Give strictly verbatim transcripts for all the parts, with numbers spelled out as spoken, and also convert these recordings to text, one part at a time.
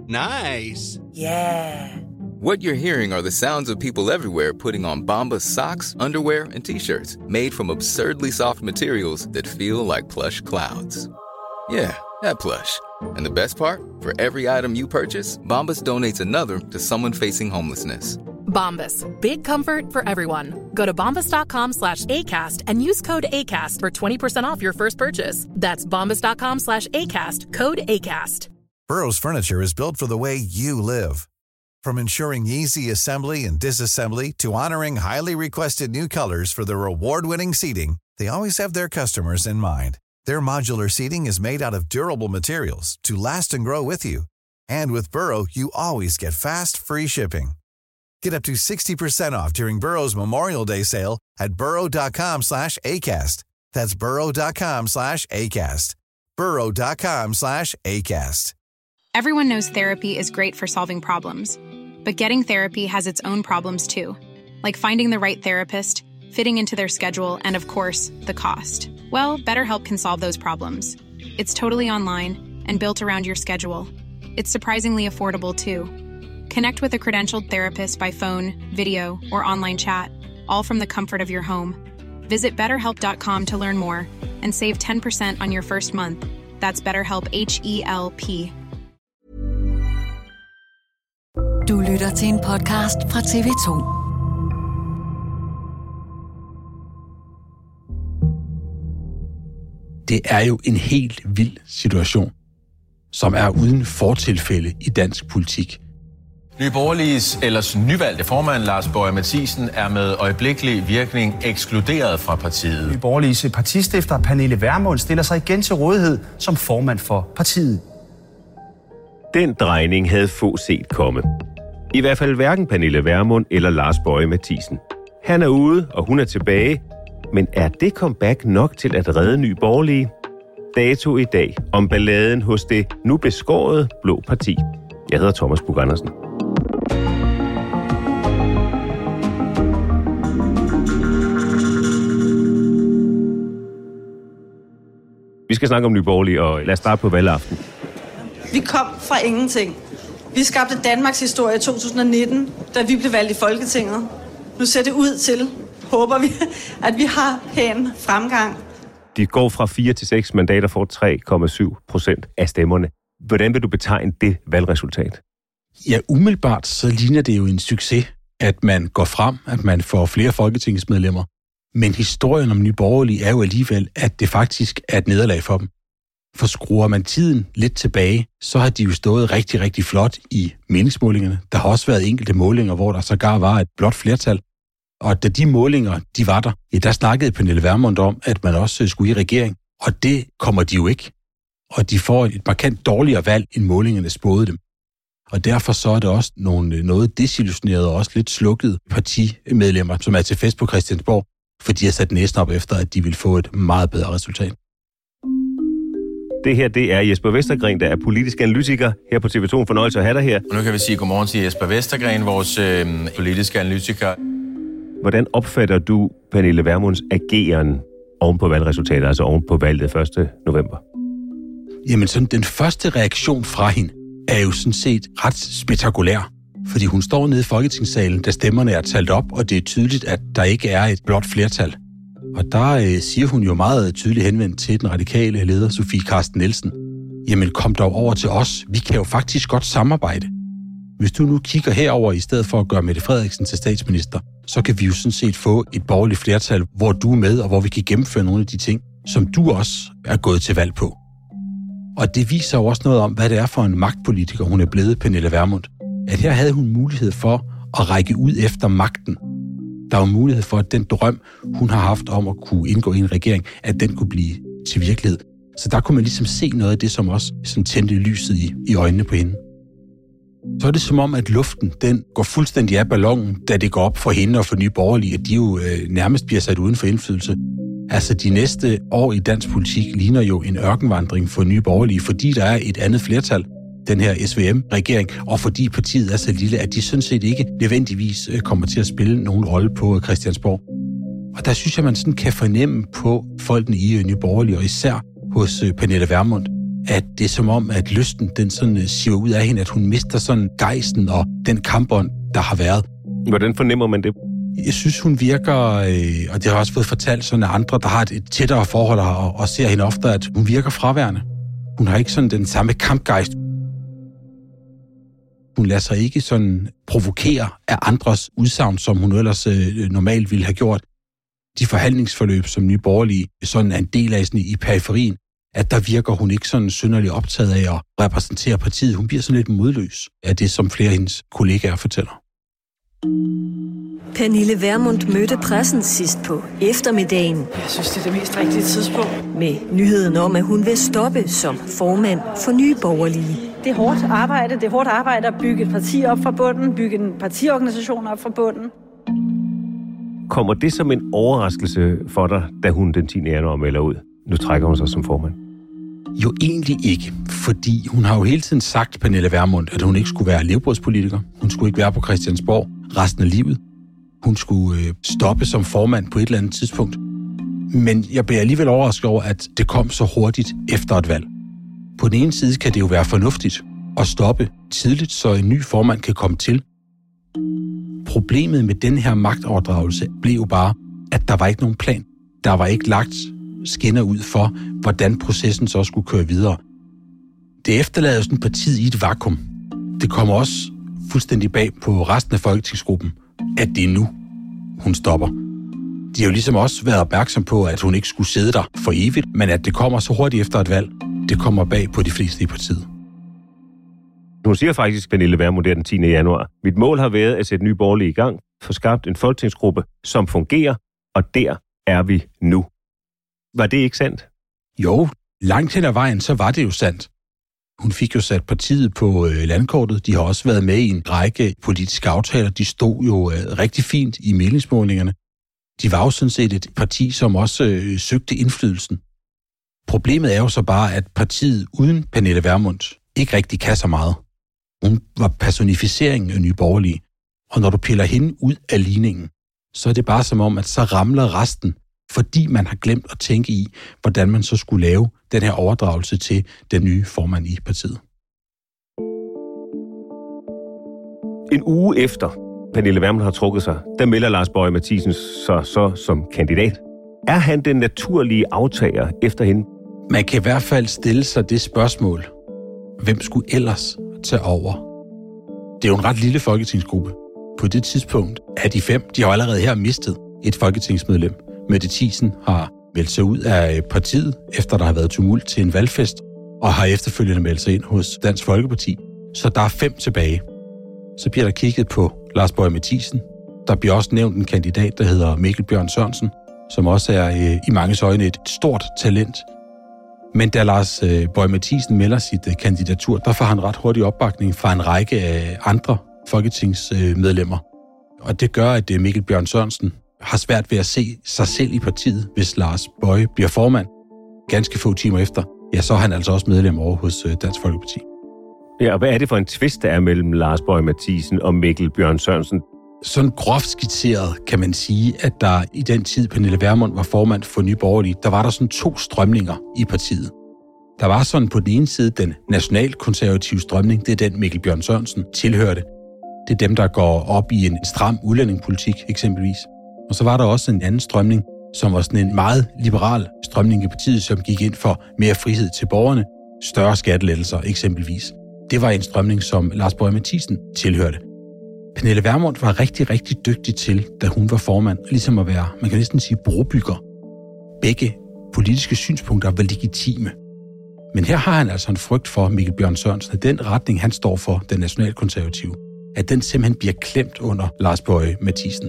Nice. Yeah. What you're hearing are the sounds of people everywhere putting on Bombas socks, underwear, and T-shirts made from absurdly soft materials that feel like plush clouds. Yeah, that plush. And the best part? For every item you purchase, Bombas donates another to someone facing homelessness. Bombas. Big comfort for everyone. Go to bombas.com slash ACAST and use code ACAST for twenty percent off your first purchase. That's bombas.com slash ACAST. Code ACAST. Burrow's furniture is built for the way you live. From ensuring easy assembly and disassembly to honoring highly requested new colors for their award-winning seating, they always have their customers in mind. Their modular seating is made out of durable materials to last and grow with you. And with Burrow, you always get fast, free shipping. Get up to sixty percent off during Burrow's Memorial Day sale at burrow.com slash ACAST. That's burrow.com slash ACAST. burrow.com slash ACAST. Everyone knows therapy is great for solving problems. But getting therapy has its own problems too. Like finding the right therapist, fitting into their schedule, and of course, the cost. Well, BetterHelp can solve those problems. It's totally online and built around your schedule. It's surprisingly affordable too. Connect with a credentialed therapist by phone, video, or online chat, all from the comfort of your home. Visit better help dot com to learn more and save ten percent on your first month. That's BetterHelp, H E L P. Du lytter til en podcast fra T V to. Det er jo en helt vild situation, som er uden fortilfælde i dansk politik. Nye Borgerliges ellers nyvalgte formand Lars Boje Mathiesen er med øjeblikkelig virkning ekskluderet fra partiet. Nye Borgerliges partistifter Pernille Vermund stiller sig igen til rådighed som formand for partiet. Den drejning havde få set komme. I hvert fald hverken Pernille Vermund eller Lars Boje Mathiesen. Han er ude, og hun er tilbage. Men er det comeback nok til at redde Nye Borgerlige? Dato i dag om balladen hos det nu beskårede Blå Parti. Jeg hedder Thomas Buch Andersen. Vi skal snakke om Nye Borgerlige, og lad os starte på valgaften. Vi kom fra ingenting. Vi skabte Danmarks historie i to tusind nitten, da vi blev valgt i Folketinget. Nu ser det ud til, håber vi, at vi har pæn fremgang. De går fra fire til seks mandater for tre komma syv procent af stemmerne. Hvordan vil du betegne det valgresultat? Ja, umiddelbart så ligner det jo en succes, at man går frem, at man får flere folketingsmedlemmer. Men historien om Nye Borgerlige er jo alligevel, at det faktisk er et nederlag for dem. For skruer man tiden lidt tilbage, så har de jo stået rigtig, rigtig flot i meningsmålingerne. Der har også været enkelte målinger, hvor der sågar var et blot flertal. Og da de målinger, de var der, ja, der snakkede Pernille Vermund om, at man også skulle i regering. Og det kommer de jo ikke. Og de får et markant dårligere valg, end målingerne spåede dem. Og derfor så er det også nogle, noget desillusionerede og også lidt slukkede partimedlemmer, som er til fest på Christiansborg, for de har sat næsten op efter, at de vil få et meget bedre resultat. Det her, det er Jesper Vestergren, der er politisk analytiker her på T V to. En fornøjelse at have dig her. Og nu kan vi sige godmorgen til Jesper Vestergren, vores øh, politiske analytiker. Hvordan opfatter du Pernille Vermunds ageren oven på valgresultatet, altså oven på valget første november? Jamen sådan, den første reaktion fra hende er jo sådan set ret spektakulær. Fordi hun står nede i Folketingssalen, da stemmerne er talt op, og det er tydeligt, at der ikke er et blot flertal. Og der øh, siger hun jo meget tydeligt henvendt til den radikale leder, Sofie Carsten Nielsen. Jamen kom dog over til os. Vi kan jo faktisk godt samarbejde. Hvis du nu kigger herover i stedet for at gøre Mette Frederiksen til statsminister, så kan vi jo sådan set få et borgerligt flertal, hvor du er med, og hvor vi kan gennemføre nogle af de ting, som du også er gået til valg på. Og det viser jo også noget om, hvad det er for en magtpolitiker, hun er blevet, Pernille Vermund. At her havde hun mulighed for at række ud efter magten. Der var mulighed for, at den drøm, hun har haft om at kunne indgå i en regering, at den kunne blive til virkelighed. Så der kunne man ligesom se noget af det, som også sådan tændte lyset i, i øjnene på hende. Så er det som om, at luften den går fuldstændig af ballonen, da det går op for hende og for Nye Borgerlige, at de jo øh, nærmest bliver sat uden for indflydelse. Altså de næste år i dansk politik ligner jo en ørkenvandring for Nye Borgerlige, fordi der er et andet flertal, den her S V M-regering, og fordi partiet er så lille, at de sådan set ikke nødvendigvis kommer til at spille nogen rolle på Christiansborg. Og der synes jeg, man sådan kan fornemme på folkene i Nye Borgerlige, og især hos Pernille Vermund, at det er som om, at lysten den sådan siver ud af hende, at hun mister sådan gejsten og den kampånd, der har været. Hvordan fornemmer man det? Jeg synes, hun virker, øh, og det har også fået fortalt sådan af andre, der har et, et tættere forhold og, og ser hende ofte, at hun virker fraværende. Hun har ikke sådan den samme kampgejst. Hun lader sig ikke sådan provokere af andres udsagn, som hun ellers øh, normalt ville have gjort. De forhandlingsforløb, som Nye Borgerlige sådan er en del af sådan i periferien, at der virker hun ikke sådan synderligt optaget af at repræsentere partiet. Hun bliver sådan lidt modløs af det, som flere af hendes kollegaer fortæller. Pernille Vermund mødte pressen sidst på eftermiddagen. Jeg synes, det er det mest rigtige tidspunkt. Med nyheden om, at hun vil stoppe som formand for Nye Borgerlige. Det er hårdt arbejde. Det er hårdt arbejde at bygge et parti op fra bunden, bygge en partiorganisation op fra bunden. Kommer det som en overraskelse for dig, da hun den tiende januar melder ud? Nu trækker hun sig som formand. Jo, egentlig ikke, fordi hun har jo hele tiden sagt, Pernille Vermund, at hun ikke skulle være levebrødspolitiker. Hun skulle ikke være på Christiansborg resten af livet. Hun skulle øh, stoppe som formand på et eller andet tidspunkt. Men jeg bliver alligevel overrasket over, at det kom så hurtigt efter et valg. På den ene side kan det jo være fornuftigt at stoppe tidligt, så en ny formand kan komme til. Problemet med den her magtoverdragelse blev jo bare, at der var ikke nogen plan. Der var ikke lagt skinner ud for, hvordan processen så skulle køre videre. Det efterlader jo sådan partiet i et vakuum. Det kommer også fuldstændig bag på resten af folketingsgruppen, at det er nu, hun stopper. De har jo ligesom også været opmærksom på, at hun ikke skulle sidde der for evigt, men at det kommer så hurtigt efter et valg, det kommer bag på de fleste i partiet. Hun siger faktisk, Pernille Vermund, den tiende januar. Mit mål har været at sætte Nye Borgerlige i gang, få skabt en folketingsgruppe, som fungerer, og der er vi nu. Var det ikke sandt? Jo, langt hen ad vejen, så var det jo sandt. Hun fik jo sat partiet på øh, landkortet. De har også været med i en række politiske aftaler. De stod jo øh, rigtig fint i meningsmålingerne. De var jo sådan set et parti, som også øh, søgte indflydelsen. Problemet er jo så bare, at partiet uden Pernille Vermund ikke rigtig kan så meget. Hun var personificeringen af Nye Borgerlige. Og når du piller hende ud af ligningen, så er det bare som om, at så ramler resten, fordi man har glemt at tænke i, hvordan man så skulle lave den her overdragelse til den nye formand i partiet. En uge efter Pernille Vermund har trukket sig, der melder Lars Boje Mathiesen sig så som kandidat. Er han den naturlige aftager efter hende? Man kan i hvert fald stille sig det spørgsmål. Hvem skulle ellers tage over? Det er jo en ret lille folketingsgruppe. På det tidspunkt er de fem, de har allerede her mistet et folketingsmedlem. Mette Thiesen har meldt sig ud af partiet, efter der har været tumult til en valgfest, og har efterfølgende meldt sig ind hos Dansk Folkeparti. Så der er fem tilbage. Så bliver der kigget på Lars Boje Mathiesen. Der bliver også nævnt en kandidat, der hedder Mikkel Bjørn Sørensen, som også er øh, i manges øjne et stort talent. Men da Lars øh, Boje Mathiesen melder sit øh, kandidatur, der får han ret hurtig opbakning fra en række af andre folketingsmedlemmer. Øh, og det gør, at øh, Mikkel Bjørn Sørensen har svært ved at se sig selv i partiet, hvis Lars Boje bliver formand. Ganske få timer efter, ja, så er han altså også medlem over hos øh, Dansk Folkeparti. Ja, og hvad er det for en tvist, der er mellem Lars Boje Mathiesen og Mikkel Bjørn Sørensen? Sådan groft skitseret kan man sige, at der i den tid, Pernille Vermund var formand for Nye Borgerlige, der var der sådan to strømninger i partiet. Der var sådan på den ene side den nationalkonservative strømning, det er den Mikkel Bjørn Sørensen tilhørte. Det er dem, der går op i en stram udlændingepolitik eksempelvis. Og så var der også en anden strømning, som var sådan en meget liberal strømning i partiet, som gik ind for mere frihed til borgerne, større skattelettelser eksempelvis. Det var en strømning, som Lars Boje Mathiesen tilhørte. Pernille Vermund var rigtig, rigtig dygtig til, da hun var formand, ligesom at være, man kan næsten sige, brobygger. Begge politiske synspunkter var legitime. Men her har han altså en frygt for Mikkel Bjørn Sørensen, at den retning, han står for, den nationalkonservative, at den simpelthen bliver klemt under Lars Boje Mathiesen.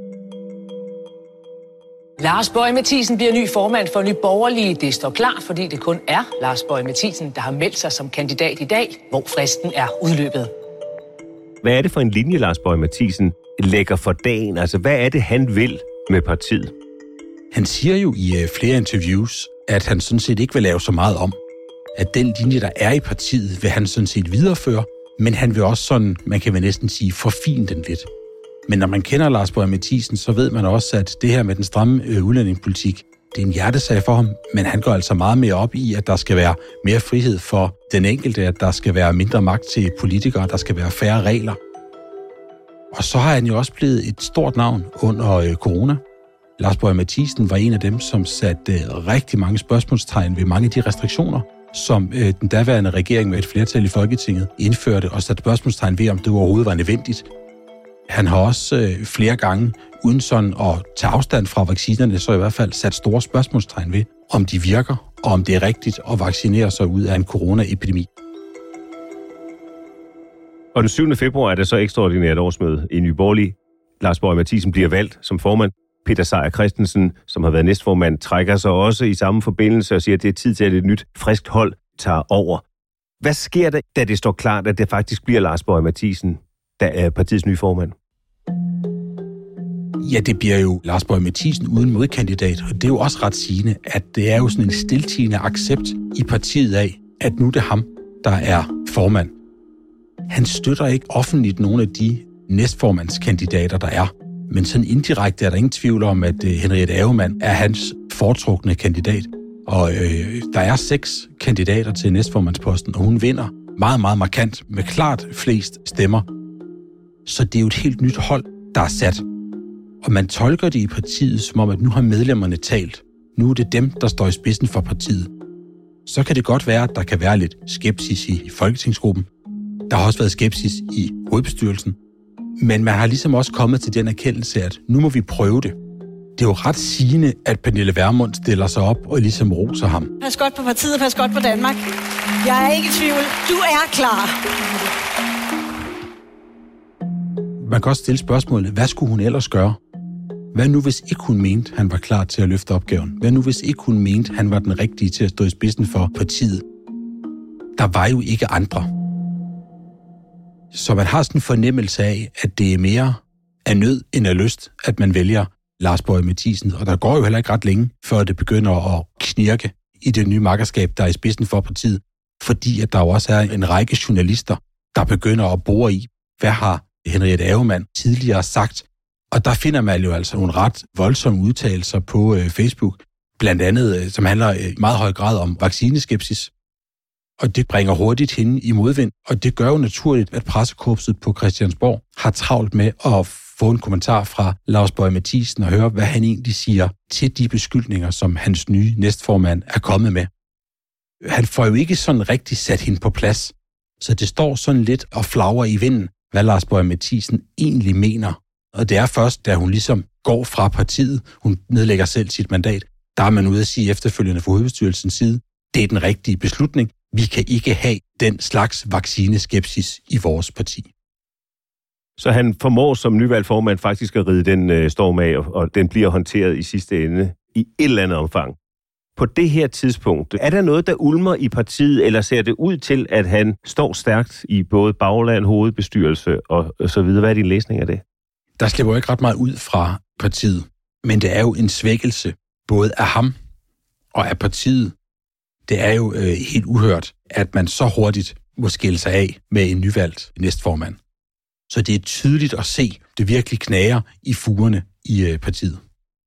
Lars Boje Mathiesen bliver ny formand for Nye Borgerlige. Det står klart, fordi det kun er Lars Boje Mathiesen, der har meldt sig som kandidat i dag, hvor fristen er udløbet. Hvad er det for en linje, Lars Boje Mathiesen lægger for dagen? Altså, hvad er det, han vil med partiet? Han siger jo i flere interviews, at han sådan set ikke vil lave så meget om. At den linje, der er i partiet, vil han sådan set videreføre, men han vil også sådan, man kan vel næsten sige, forfine den lidt. Men når man kender Lars Boje Mathiesen, så ved man også, at det her med den stramme øh, udlændingepolitik, Det er en hjertesag for ham, men han går altså meget mere op i, at der skal være mere frihed for den enkelte, at der skal være mindre magt til politikere, der skal være færre regler. Og så har han jo også blevet et stort navn under øh, corona. Lars Boje Mathiesen var en af dem, som satte øh, rigtig mange spørgsmålstegn ved mange af de restriktioner, som øh, den daværende regering med et flertal i Folketinget indførte, og satte spørgsmålstegn ved, om det overhovedet var nødvendigt. Han har også øh, flere gange, uden sådan at tage afstand fra vaccinerne, så i hvert fald sat store spørgsmålstegn ved, om de virker, og om det er rigtigt at vaccinere sig ud af en coronaepidemi. Og den syvende februar er det så ekstraordinært årsmøde i Nye Borgerlige. Lars Boje Mathiesen bliver valgt som formand. Peter Seier Christensen, som har været næstformand, trækker sig også i samme forbindelse og siger, at det er tid til, at et nyt, friskt hold tager over. Hvad sker der, da det står klart, at det faktisk bliver Lars Boje Mathiesen, der er partiets nye formand? Ja, det bliver jo Lars Boje Mathiesen uden modkandidat, og det er jo også ret sigende, at det er jo sådan en stiltiende accept i partiet af, at nu er det ham, der er formand. Han støtter ikke offentligt nogle af de næstformandskandidater, der er. Men sådan indirekte er der ingen tvivl om, at Henriette Auemann er hans foretrukne kandidat. Og øh, der er seks kandidater til næstformandsposten, og hun vinder meget, meget markant med klart flest stemmer. Så det er jo et helt nyt hold, der er sat. Og man tolker det i partiet som om, at nu har medlemmerne talt. Nu er det dem, der står i spidsen for partiet. Så kan det godt være, at der kan være lidt skepsis i folketingsgruppen. Der har også været skepsis i hovedbestyrelsen. Men man har ligesom også kommet til den erkendelse, at nu må vi prøve det. Det er jo ret sigende, at Pernille Vermund stiller sig op og ligesom roser ham. Pas godt på partiet, pas godt på Danmark. Jeg er ikke i tvivl. Du er klar. Man kan også stille spørgsmålet, hvad skulle hun ellers gøre? Hvad nu, hvis ikke hun mente, han var klar til at løfte opgaven? Hvad nu, hvis ikke hun mente, han var den rigtige til at stå i spidsen for partiet? Der var jo ikke andre. Så man har sådan en fornemmelse af, at det er mere af nød end af lyst, at man vælger Lars Boje Mathiesen. Og der går jo heller ikke ret længe, før det begynder at knirke i det nye makkerskab, der er i spidsen for partiet. Fordi at der jo også er en række journalister, der begynder at bore i, hvad har Henriette Auemann tidligere sagt. Og der finder man jo altså nogle ret voldsomme udtalelser på øh, Facebook. Blandt andet, øh, som handler i meget høj grad om vaccineskepsis. Og det bringer hurtigt hende i modvind, og det gør jo naturligt, at pressekorpset på Christiansborg har travlt med at få en kommentar fra Lars Boje Mathiesen og høre, hvad han egentlig siger til de beskyldninger, som hans nye næstformand er kommet med. Han får jo ikke sådan rigtig sat hende på plads, så det står sådan lidt og flagrer i vinden, hvad Lars Boje Mathiesen egentlig mener. Og det er først, da hun ligesom går fra partiet, hun nedlægger selv sit mandat, der er man ude at sige efterfølgende fra hovedbestyrelsens side, det er den rigtige beslutning. Vi kan ikke have den slags vaccineskepsis i vores parti. Så han formår som nyvalgt formand faktisk at ride den øh, storm af, og den bliver håndteret i sidste ende i et eller andet omfang. På det her tidspunkt, er der noget, der ulmer i partiet, eller ser det ud til, at han står stærkt i både bagland, hovedbestyrelse og, og så videre? Hvad er din læsning af det? Der slipper jo ikke ret meget ud fra partiet, men det er jo en svækkelse både af ham og af partiet. Det er jo øh, helt uhørt, at man så hurtigt må skille sig af med en nyvalgt næstformand. Så det er tydeligt at se, det virkelig knager i fugerne i øh, partiet.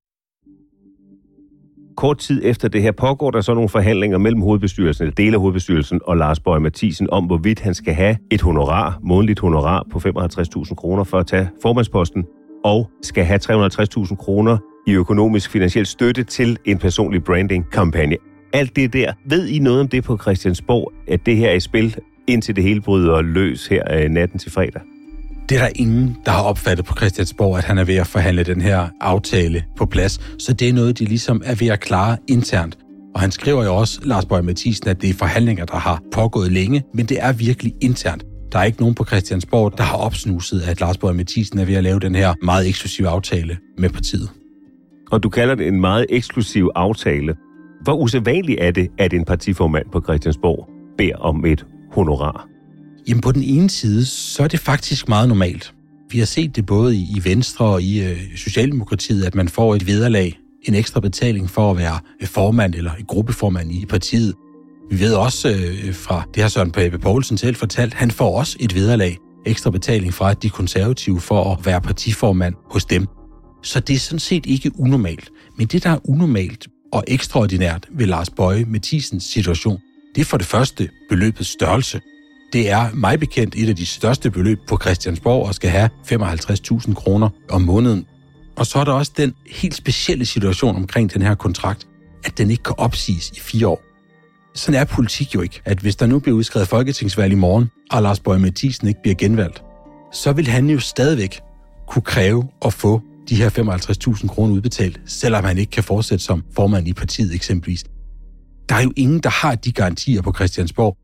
Kort tid efter det her pågår der så nogle forhandlinger mellem hovedbestyrelsen, eller dele af hovedbestyrelsen og Lars Boje Mathiesen om, hvorvidt han skal have et honorar, månedligt honorar på femoghalvtreds tusind kroner for at tage formandsposten, og skal have tre hundrede og halvtreds tusind kroner i økonomisk finansiel støtte til en personlig branding-kampagne. Alt det der. Ved I noget om det på Christiansborg, at det her er i spil, indtil det hele bryder løs her natten til fredag? Det er der ingen, der har opfattet på Christiansborg, at han er ved at forhandle den her aftale på plads. Så det er noget, de ligesom er ved at klare internt. Og han skriver jo også, Lars Boje Mathiesen, at det er forhandlinger, der har pågået længe, men det er virkelig internt. Der er ikke nogen på Christiansborg, der har opsnuset, at Lars Boje Mathiesen er ved at lave den her meget eksklusive aftale med partiet. Og du kalder det en meget eksklusiv aftale. Hvor usædvanligt er det, at en partiformand på Christiansborg beder om et honorar? Jamen på den ene side, så er det faktisk meget normalt. Vi har set det både i Venstre og i øh, Socialdemokratiet, at man får et vederlag, en ekstra betaling for at være formand eller gruppeformand i partiet. Vi ved også øh, fra, det har Søren Pape Poulsen selv fortalt, han får også et vederlag, ekstra betaling fra de konservative for at være partiformand hos dem. Så det er sådan set ikke unormalt. Men det, der er unormalt, og ekstraordinært ved Lars Boje Mathiesens situation, det er for det første beløbets størrelse. Det er mig bekendt et af de største beløb på Christiansborg og skal have femoghalvtreds tusind kroner om måneden. Og så er der også den helt specielle situation omkring den her kontrakt, at den ikke kan opsiges i fire år. Sådan er politik jo ikke, at hvis der nu bliver udskrevet folketingsvalg i morgen, og Lars Boje Mathiesen ikke bliver genvalgt, så vil han jo stadigvæk kunne kræve at få de her femoghalvtreds tusind kroner udbetalt, selvom han ikke kan fortsætte som formand i partiet eksempelvis. Der er jo ingen, der har de garantier på Christiansborg.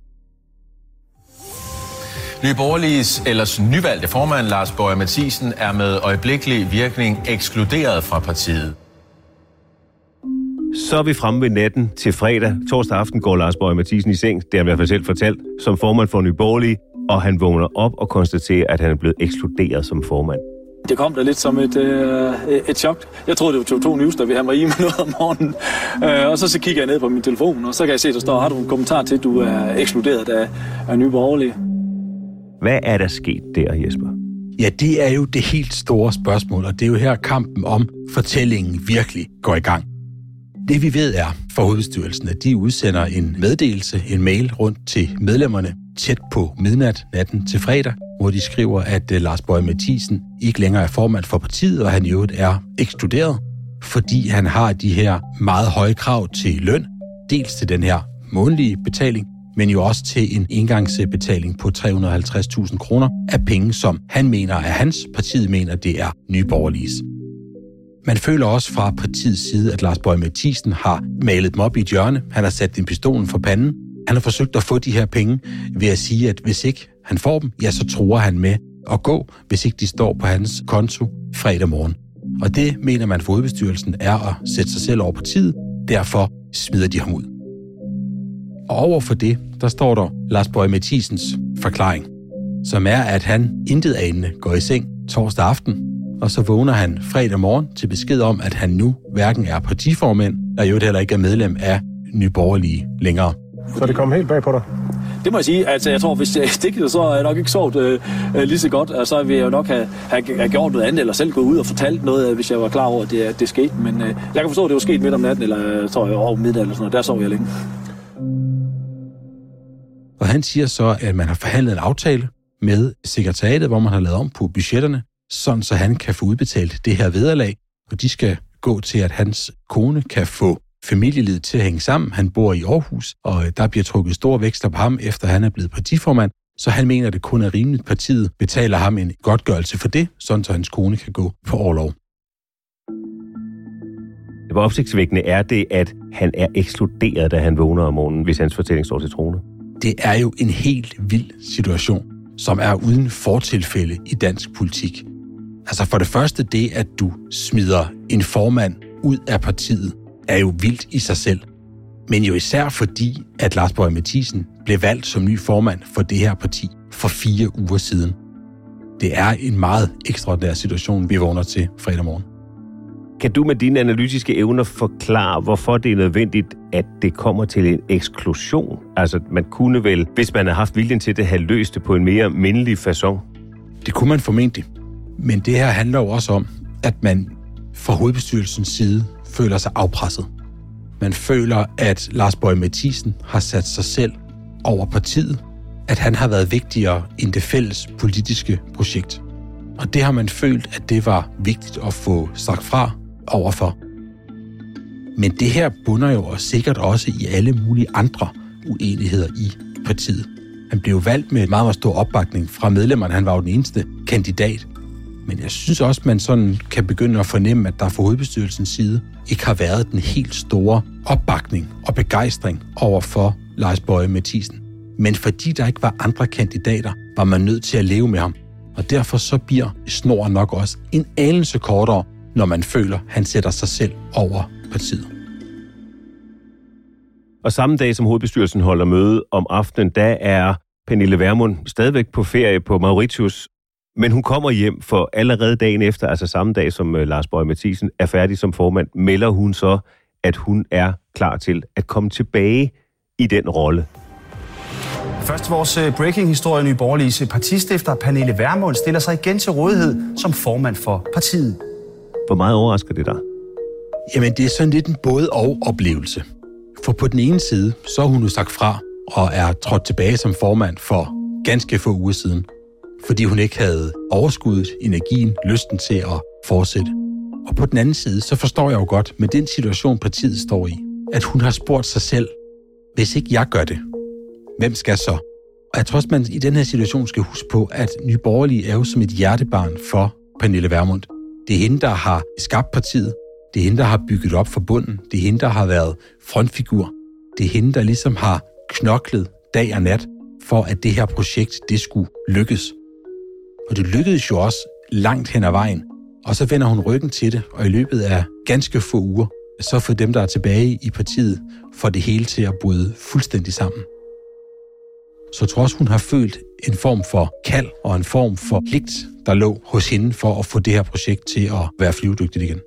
Nye Borgerliges ellers nyvalgte formand Lars Boje Mathiesen er med øjeblikkelig virkning ekskluderet fra partiet. Så er vi fremme ved natten til fredag. Torsdag aften går Lars Boje Mathiesen i seng, det har han i hvert fald selv fortalt, som formand for Nye Borgerlige, og han vågner op og konstaterer, at han er blevet ekskluderet som formand. Det kom da lidt som et, øh, et chok. Jeg troede, det var T V to News, der ville have mig i med noget om morgenen. Øh, og så, så kigger jeg ned på min telefon, og så kan jeg se, der står, har du en kommentar til, at du er ekskluderet af, af Nye Borgerlige? Hvad er der sket der, Jesper? Ja, det er jo det helt store spørgsmål, og det er jo her kampen om fortællingen virkelig går i gang. Det vi ved er fra hovedbestyrelsen, at de udsender en meddelelse, en mail rundt til medlemmerne tæt på midnat natten til fredag, hvor de skriver, at Lars Boje Mathiesen ikke længere er formand for partiet, og han i øvrigt er ekskluderet, fordi han har de her meget høje krav til løn, dels til den her månedlige betaling, men jo også til en engangsbetaling på tre hundrede og halvtreds tusind kroner af penge, som han mener er hans, partiet mener, det er Nye Borgerliges. Man føler også fra partiets side, at Lars Boje Mathiesen har malet dem op i et hjørne. Han har sat en pistolen for panden. Han har forsøgt at få de her penge ved at sige, at hvis ikke han får dem, ja, så tror han med at gå, hvis ikke de står på hans konto fredag morgen. Og det mener man for hovedbestyrelsen er at sætte sig selv over partiet. Derfor smider de ham ud. Og over for det, der står der Lars Boje Mathiesens forklaring, som er, at han intet anende går i seng torsdag aften, og så vågner han fredag morgen til besked om, at han nu hverken er partiformand, og jo heller ikke er medlem af Nye Borgerlige længere. Så det kom helt bag på dig? Det må jeg sige. Altså, jeg tror, hvis jeg stikkede, så er jeg nok ikke sovet øh, lige så godt. Og så ville jeg jo nok have, have gjort noget andet, eller selv gået ud og fortalt noget, hvis jeg var klar over, at det, det skete. Men øh, jeg kan forstå, at det var sket midt om natten, eller jeg tror, jeg over middag eller sådan noget. Der sov jeg længe. Og han siger så, at man har forhandlet en aftale med sekretariatet, hvor man har lavet om på budgetterne, sådan så han kan få udbetalt det her vederlag, og de skal gå til, at hans kone kan få familielivet til at hænge sammen. Han bor i Aarhus, og der bliver trukket store vækster på ham, efter han er blevet partiformand, så han mener, at det kun er rimeligt, at partiet betaler ham en godtgørelse for det, sådan så hans kone kan gå på orlov. Hvor opsigtsvækkende er det, at han er ekskluderet, da han vågner om morgenen, hvis hans fortælling står til troende? Det er jo en helt vild situation, som er uden fortilfælde i dansk politik. Altså for det første, det at du smider en formand ud af partiet, er jo vildt i sig selv. Men jo især fordi, at Lars Boje Mathiesen blev valgt som ny formand for det her parti for fire uger siden. Det er en meget ekstraordinær situation, vi vågner til fredag morgen. Kan du med dine analytiske evner forklare, hvorfor det er nødvendigt, at det kommer til en eksklusion? Altså, man kunne vel, hvis man har haft viljen til det, have løst det på en mere mindelig facon? Det kunne man formentlig. Men det her handler jo også om, at man fra hovedbestyrelsens side føler sig afpresset. Man føler, at Lars Boje Mathiesen har sat sig selv over partiet, at han har været vigtigere end det fælles politiske projekt. Og det har man følt, at det var vigtigt at få sagt fra overfor. Men det her bunder jo også sikkert også i alle mulige andre uenigheder i partiet. Han blev valgt med meget, meget stor opbakning fra medlemmerne. Han var jo den eneste kandidat. Men jeg synes også, man sådan kan begynde at fornemme, at der fra hovedbestyrelsens side ikke har været den helt store opbakning og begejstring over for Lars Boje Mathiesen. Men fordi der ikke var andre kandidater, var man nødt til at leve med ham. Og derfor så bliver snoren nok også en anelse kortere, når man føler, at han sætter sig selv over partiet. Og samme dag, som hovedbestyrelsen holder møde om aftenen, der er Pernille Vermund stadigvæk på ferie på Mauritius. Men hun kommer hjem, for allerede dagen efter, altså samme dag som Lars Boje Mathiesen er færdig som formand, melder hun så, at hun er klar til at komme tilbage i den rolle. Først vores breaking-historie. Nye Borgerliges partistifter Pernille Vermund stiller sig igen til rådighed som formand for partiet. Hvor meget overrasker det dig? Jamen, det er sådan lidt en både-og-oplevelse. For på den ene side, så har hun jo sagt fra og er trådt tilbage som formand for ganske få uger siden, fordi hun ikke havde overskuddet, energien, lysten til at fortsætte. Og på den anden side, så forstår jeg jo godt, med den situation, partiet står i, at hun har spurgt sig selv, hvis ikke jeg gør det, hvem skal så? Og jeg tror også, man i den her situation skal huske på, at Nye Borgerlige er jo som et hjertebarn for Pernille Vermund. Det er hende, der har skabt partiet. Det er hende, der har bygget op for bunden. Det er hende, der har været frontfigur. Det er hende, der ligesom har knoklet dag og nat for, at det her projekt, det skulle lykkes. Og det lykkedes jo også langt hen ad vejen. Og så vender hun ryggen til det, og i løbet af ganske få uger, så får dem, der er tilbage i partiet, får det hele til at bryde fuldstændig sammen. Så jeg tror også, hun har følt en form for kald og en form for pligt, der lå hos hende for at få det her projekt til at være flyvedygtigt igen.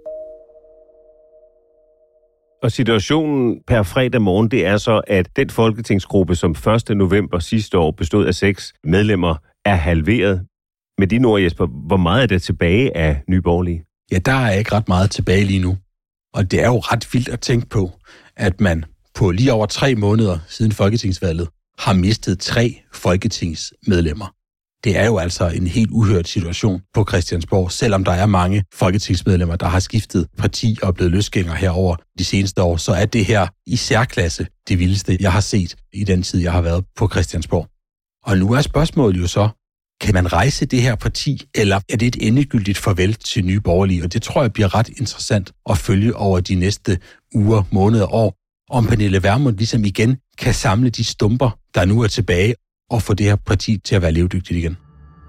Og situationen per fredag morgen, det er så, at den folketingsgruppe, som første november sidste år bestod af seks medlemmer, er halveret. Med dine ord, Jesper, hvor meget er der tilbage af Nye Borgerlige? Ja, der er ikke ret meget tilbage lige nu. Og det er jo ret vildt at tænke på, at man på lige over tre måneder siden folketingsvalget har mistet tre folketingsmedlemmer. Det er jo altså en helt uhørt situation på Christiansborg, selvom der er mange folketingsmedlemmer, der har skiftet parti og er blevet løsgængere herover de seneste år, så er det her i særklasse det vildeste, jeg har set i den tid, jeg har været på Christiansborg. Og nu er spørgsmålet jo så, kan man rejse det her parti, eller er det et endegyldigt farvel til Nye Borgerlige? Og det tror jeg bliver ret interessant at følge over de næste uger, måneder og år, om Pernille Vermund ligesom igen kan samle de stumper, der nu er tilbage, og få det her parti til at være levedygtigt igen.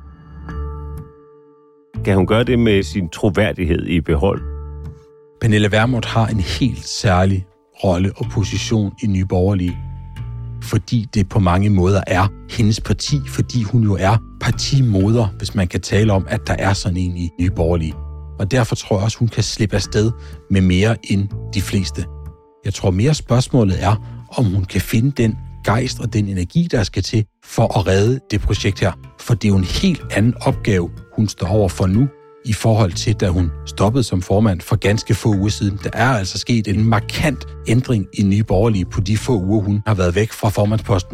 Kan hun gøre det med sin troværdighed i behold? Pernille Vermund har en helt særlig rolle og position i Nye Borgerlige, fordi det på mange måder er hendes parti, fordi hun jo er partimoder, hvis man kan tale om, at der er sådan en i Nye Borgerlige. Og derfor tror jeg også, hun kan slippe afsted med mere end de fleste. Jeg tror mere spørgsmålet er, om hun kan finde den gejst og den energi, der skal til for at redde det projekt her. For det er jo en helt anden opgave, hun står over for nu, i forhold til, da hun stoppede som formand for ganske få uger siden. Der er altså sket en markant ændring i Nye Borgerlige på de få uger, hun har været væk fra formandsposten.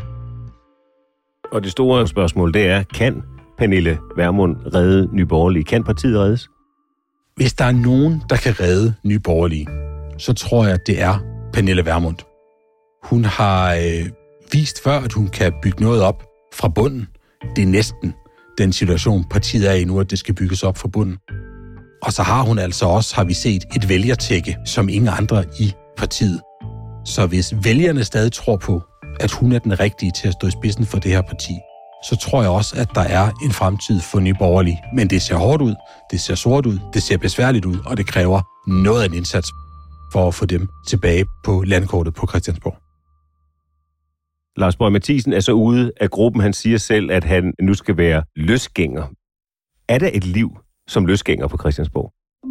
Og det store spørgsmål, det er, kan Pernille Vermund redde Nye Borgerlige? Kan partiet reddes? Hvis der er nogen, der kan redde Nye Borgerlige, så tror jeg, det er Pernille Vermund. Hun har øh, vist før, at hun kan bygge noget op fra bunden. Det er næsten den situation, partiet er i nu, at det skal bygges op fra bunden. Og så har hun altså også, har vi set, et vælgertække, som ingen andre i partiet. Så hvis vælgerne stadig tror på, at hun er den rigtige til at stå i spidsen for det her parti, så tror jeg også, at der er en fremtid for Nye Borgerlige. Men det ser hårdt ud, det ser sort ud, det ser besværligt ud, og det kræver noget af en indsats for at få dem tilbage på landkortet på Christiansborg. Lars Boje Mathiesen er så ude af gruppen. Han siger selv, at han nu skal være løsgænger. Er der et liv som løsgænger på Christiansborg?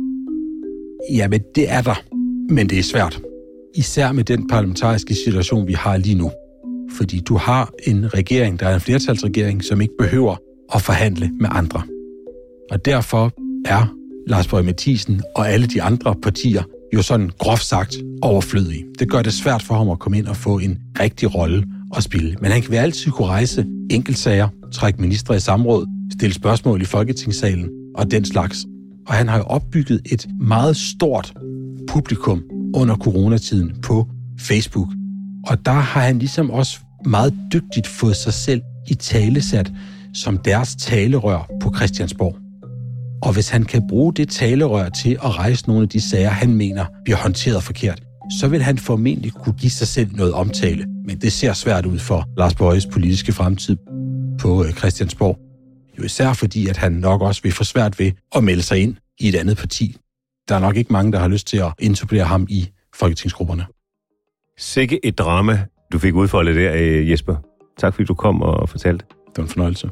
Jamen, det er der. Men det er svært. Især med den parlamentariske situation, vi har lige nu. Fordi du har en regering, der er en flertalsregering, som ikke behøver at forhandle med andre. Og derfor er Lars Boje Mathiesen og alle de andre partier jo sådan groft sagt overflødige. Det gør det svært for ham at komme ind og få en rigtig rolle at spille. Men han kan altid kunne rejse enkeltsager, trække ministre i samråd, stille spørgsmål i Folketingssalen og den slags. Og han har jo opbygget et meget stort publikum under coronatiden på Facebook. Og der har han ligesom også meget dygtigt fået sig selv i talesat som deres talerør på Christiansborg. Og hvis han kan bruge det talerør til at rejse nogle af de sager, han mener bliver håndteret forkert, så vil han formentlig kunne give sig selv noget omtale. Men det ser svært ud for Lars Bojes politiske fremtid på Christiansborg. Jo især fordi, at han nok også vil få svært ved at melde sig ind i et andet parti. Der er nok ikke mange, der har lyst til at indsupplere ham i folketingsgrupperne. Sikke et drama, du fik udfoldet der, Jesper. Tak fordi du kom og fortalte. Det var en fornøjelse.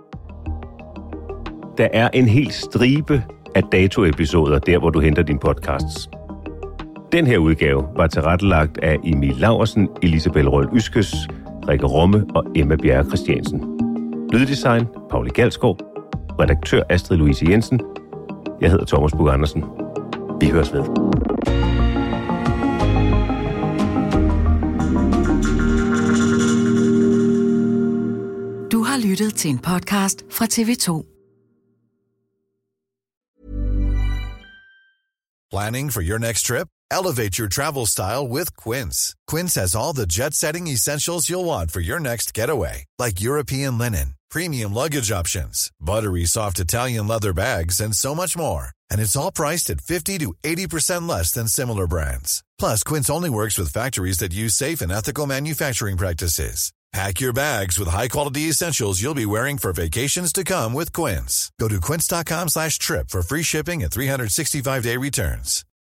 Der er en hel stribe af datoepisoder, der hvor du henter dine podcasts. Den her udgave var tilrettelagt af Emil Laursen, Elisabeth Røhl Yskes, Rikke Romme og Emma Bjerre Christiansen. Lyddesign, Pauli Galskov. Redaktør Astrid Louise Jensen. Jeg hedder Thomas Bug Andersen. Vi høres ved. lyttet til en podcast fra T V to. Planning for your next trip? Elevate your travel style with Quince. Quince has all the jet-setting essentials you'll want for your next getaway, like European linen, premium luggage options, buttery soft Italian leather bags, and so much more. And it's all priced at fifty to eighty percent less than similar brands. Plus, Quince only works with factories that use safe and ethical manufacturing practices. Pack your bags with high-quality essentials you'll be wearing for vacations to come with Quince. Go to quince dot com slash trip for free shipping and three sixty-five day returns.